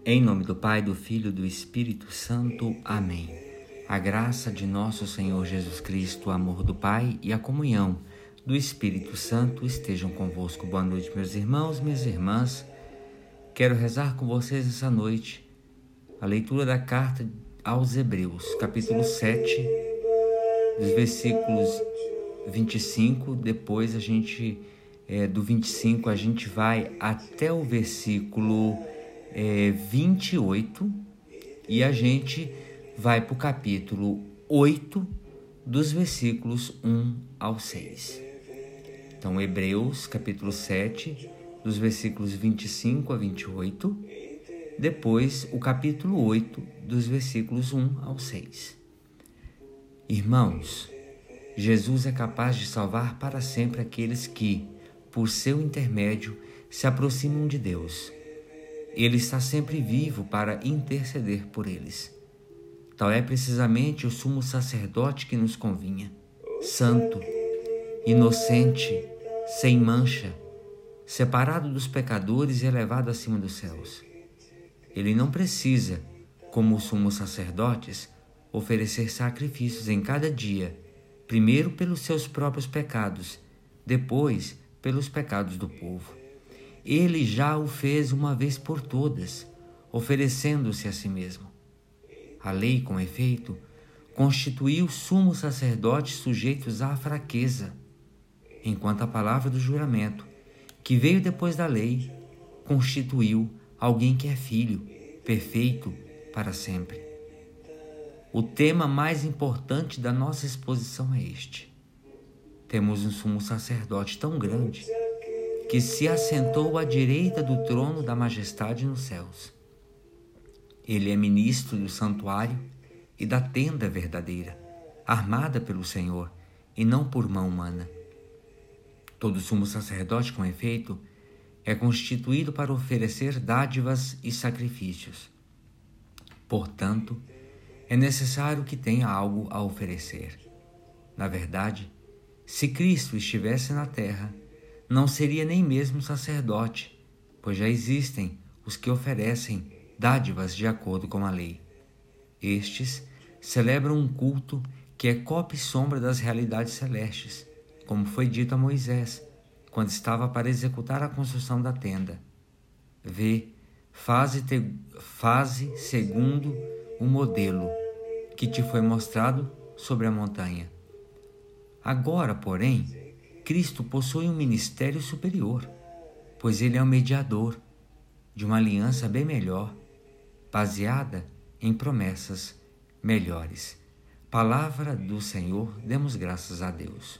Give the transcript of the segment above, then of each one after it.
Em nome do Pai, do Filho e do Espírito Santo. Amém. A graça de nosso Senhor Jesus Cristo, o amor do Pai e a comunhão do Espírito Santo estejam convosco. Boa noite, meus irmãos, minhas irmãs. Quero rezar com vocês essa noite a leitura da carta aos Hebreus, capítulo 7, dos versículos 25. Depois do 25 a gente vai até o versículo 28 e a gente vai para o capítulo 8, dos versículos 1 ao 6. Então, Hebreus, capítulo 7, dos versículos 25 a 28, depois o capítulo 8, dos versículos 1 ao 6. Irmãos, Jesus é capaz de salvar para sempre aqueles que, por seu intermédio, se aproximam de Deus. Ele está sempre vivo para interceder por eles. Tal é precisamente o sumo sacerdote que nos convinha, santo, inocente, sem mancha, separado dos pecadores e elevado acima dos céus. Ele não precisa, como os sumos sacerdotes, oferecer sacrifícios em cada dia, primeiro pelos seus próprios pecados, depois pelos pecados do povo. Ele já o fez uma vez por todas, oferecendo-se a si mesmo. A lei, com efeito, constituiu sumos sacerdotes sujeitos à fraqueza, enquanto a palavra do juramento, que veio depois da lei, constituiu alguém que é filho, perfeito para sempre. O tema mais importante da nossa exposição é este. Temos um sumo sacerdote tão grande que se assentou à direita do trono da majestade nos céus. Ele é ministro do santuário e da tenda verdadeira, armada pelo Senhor e não por mão humana. Todo sumo sacerdote, com efeito, é constituído para oferecer dádivas e sacrifícios. Portanto, é necessário que tenha algo a oferecer. Na verdade, se Cristo estivesse na terra, não seria nem mesmo sacerdote, pois já existem os que oferecem dádivas de acordo com a lei. Estes celebram um culto que é cópia e sombra das realidades celestes, como foi dito a Moisés, quando estava para executar a construção da tenda. Vê, faze segundo o modelo que te foi mostrado sobre a montanha. Agora, porém, Cristo possui um ministério superior, pois ele é o mediador de uma aliança bem melhor, baseada em promessas melhores. Palavra do Senhor, demos graças a Deus.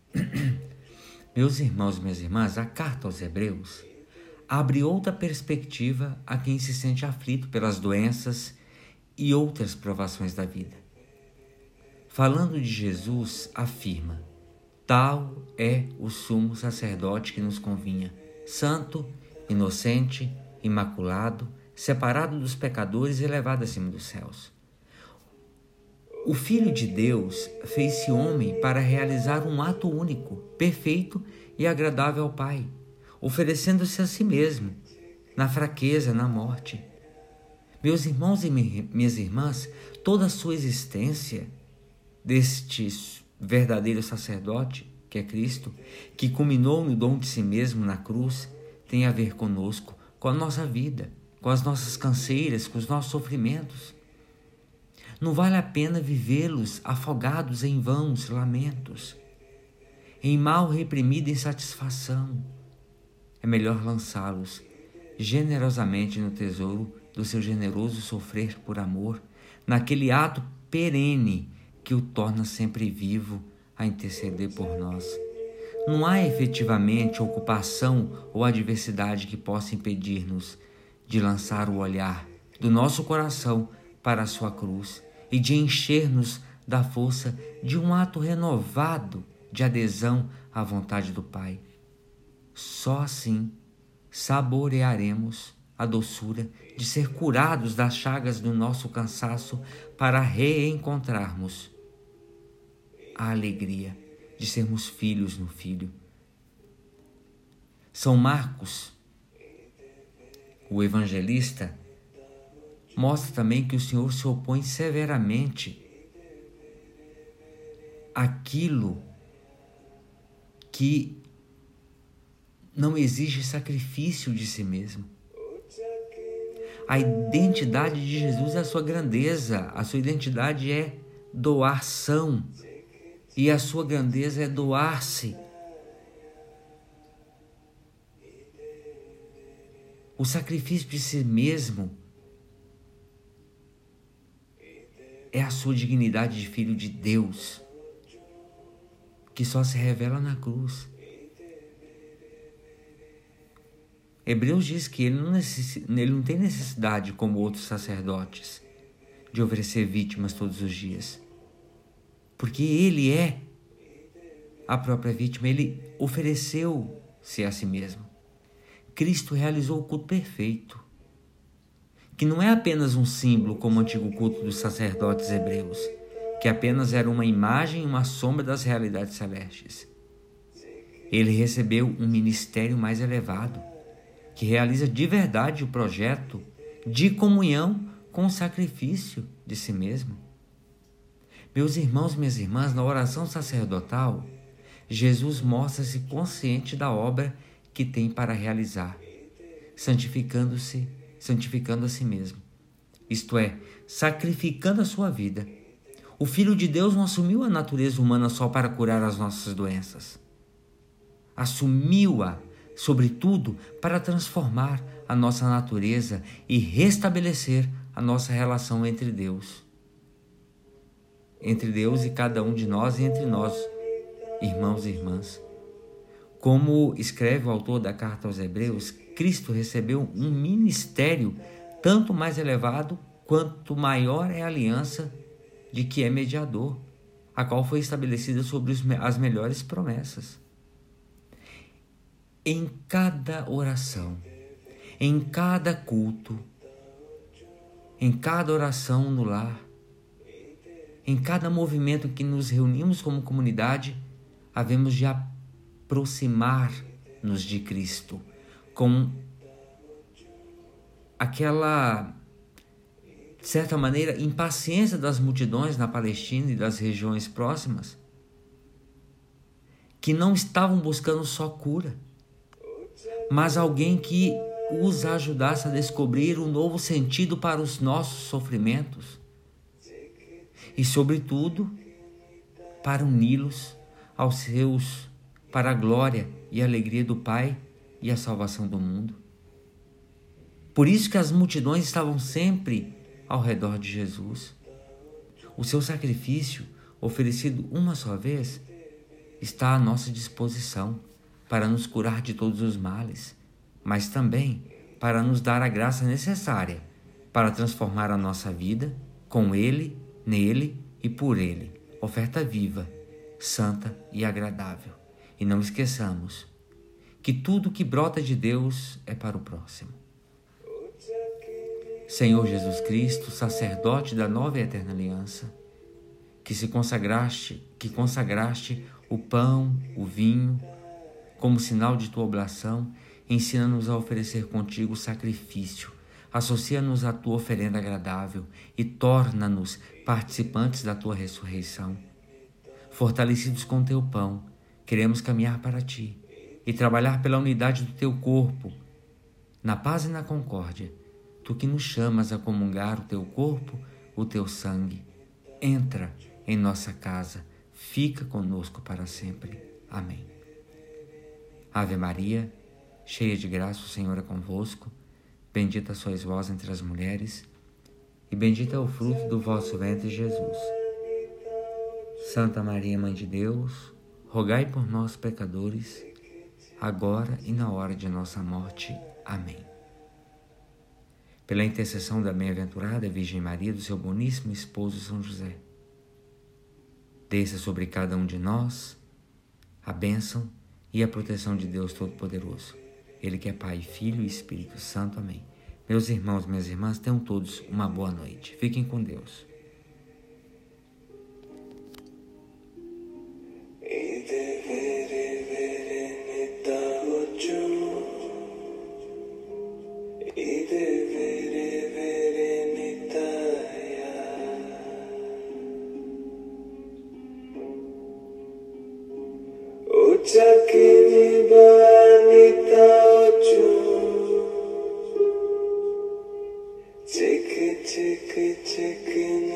Meus irmãos e minhas irmãs, a carta aos Hebreus abre outra perspectiva a quem se sente aflito pelas doenças e outras provações da vida. Falando de Jesus, afirma: tal é o sumo sacerdote que nos convinha, santo, inocente, imaculado, separado dos pecadores e elevado acima dos céus. O Filho de Deus fez-se homem para realizar um ato único, perfeito e agradável ao Pai, oferecendo-se a si mesmo, na fraqueza, na morte. Meus irmãos e minhas irmãs, toda a sua existência deste verdadeiro sacerdote, que é Cristo, que culminou no dom de si mesmo na cruz, tem a ver conosco, com a nossa vida, com as nossas canseiras, com os nossos sofrimentos. Não vale a pena vivê-los afogados em vãos lamentos, em mal reprimida insatisfação. É melhor lançá-los generosamente no tesouro do seu generoso sofrer por amor, naquele ato perene que o torna sempre vivo a interceder por nós. Não há efetivamente ocupação ou adversidade que possa impedir-nos de lançar o olhar do nosso coração para a sua cruz e de encher-nos da força de um ato renovado de adesão à vontade do Pai. Só assim saborearemos a doçura de ser curados das chagas do nosso cansaço para reencontrarmos a alegria de sermos filhos no Filho. São Marcos, o evangelista, mostra também que o Senhor se opõe severamente àquilo que não exige sacrifício de si mesmo. A identidade de Jesus é a sua grandeza, a sua identidade é doação e a sua grandeza é doar-se. O sacrifício de si mesmo é a sua dignidade de filho de Deus, que só se revela na cruz. Hebreus diz que ele não tem necessidade, como outros sacerdotes, de oferecer vítimas todos os dias. Porque ele é a própria vítima, ele ofereceu-se a si mesmo. Cristo realizou o culto perfeito, que não é apenas um símbolo como o antigo culto dos sacerdotes hebreus, que apenas era uma imagem e uma sombra das realidades celestes. Ele recebeu um ministério mais elevado, que realiza de verdade o projeto de comunhão com o sacrifício de si mesmo. Meus irmãos, minhas irmãs, na oração sacerdotal, Jesus mostra-se consciente da obra que tem para realizar, santificando a si mesmo, isto é, sacrificando a sua vida. O Filho de Deus não assumiu a natureza humana só para curar as nossas doenças. Assumiu-a, sobretudo, para transformar a nossa natureza e restabelecer a nossa relação entre Deus e cada um de nós e entre nós, irmãos e irmãs. Como escreve o autor da carta aos Hebreus, Cristo recebeu um ministério tanto mais elevado quanto maior é a aliança de que é mediador, a qual foi estabelecida sobre as melhores promessas. Em cada oração, em cada culto, em cada oração no lar, em cada movimento em que nos reunimos como comunidade, havemos de aproximar-nos de Cristo com aquela, de certa maneira, impaciência das multidões na Palestina e das regiões próximas, que não estavam buscando só cura, mas alguém que os ajudasse a descobrir um novo sentido para os nossos sofrimentos e, sobretudo, para uni-los para a glória e a alegria do Pai e a salvação do mundo. Por isso que as multidões estavam sempre ao redor de Jesus. O seu sacrifício, oferecido uma só vez, está à nossa disposição para nos curar de todos os males, mas também para nos dar a graça necessária para transformar a nossa vida com Ele, nele e por Ele. Oferta viva, santa e agradável. E não esqueçamos que tudo que brota de Deus é para o próximo. Senhor Jesus Cristo, sacerdote da nova e eterna aliança, que consagraste o pão, o vinho, como sinal de tua oblação, ensina-nos a oferecer contigo o sacrifício, associa-nos à tua oferenda agradável e torna-nos participantes da tua ressurreição. Fortalecidos com teu pão, queremos caminhar para ti e trabalhar pela unidade do teu corpo, na paz e na concórdia. Tu que nos chamas a comungar o teu corpo, o teu sangue, entra em nossa casa, fica conosco para sempre. Amém. Ave Maria, cheia de graça, o Senhor é convosco. Bendita sois vós entre as mulheres, e bendito é o fruto do vosso ventre, Jesus. Santa Maria, Mãe de Deus, rogai por nós, pecadores, agora e na hora de nossa morte. Amém. Pela intercessão da bem-aventurada Virgem Maria, do seu boníssimo esposo São José, desça sobre cada um de nós a bênção e a proteção de Deus Todo-Poderoso. Ele que é Pai, Filho e Espírito Santo. Amém. Meus irmãos, minhas irmãs, tenham todos uma boa noite. Fiquem com Deus. Ide vere vere Chakini banita ocho, chik chik chikini.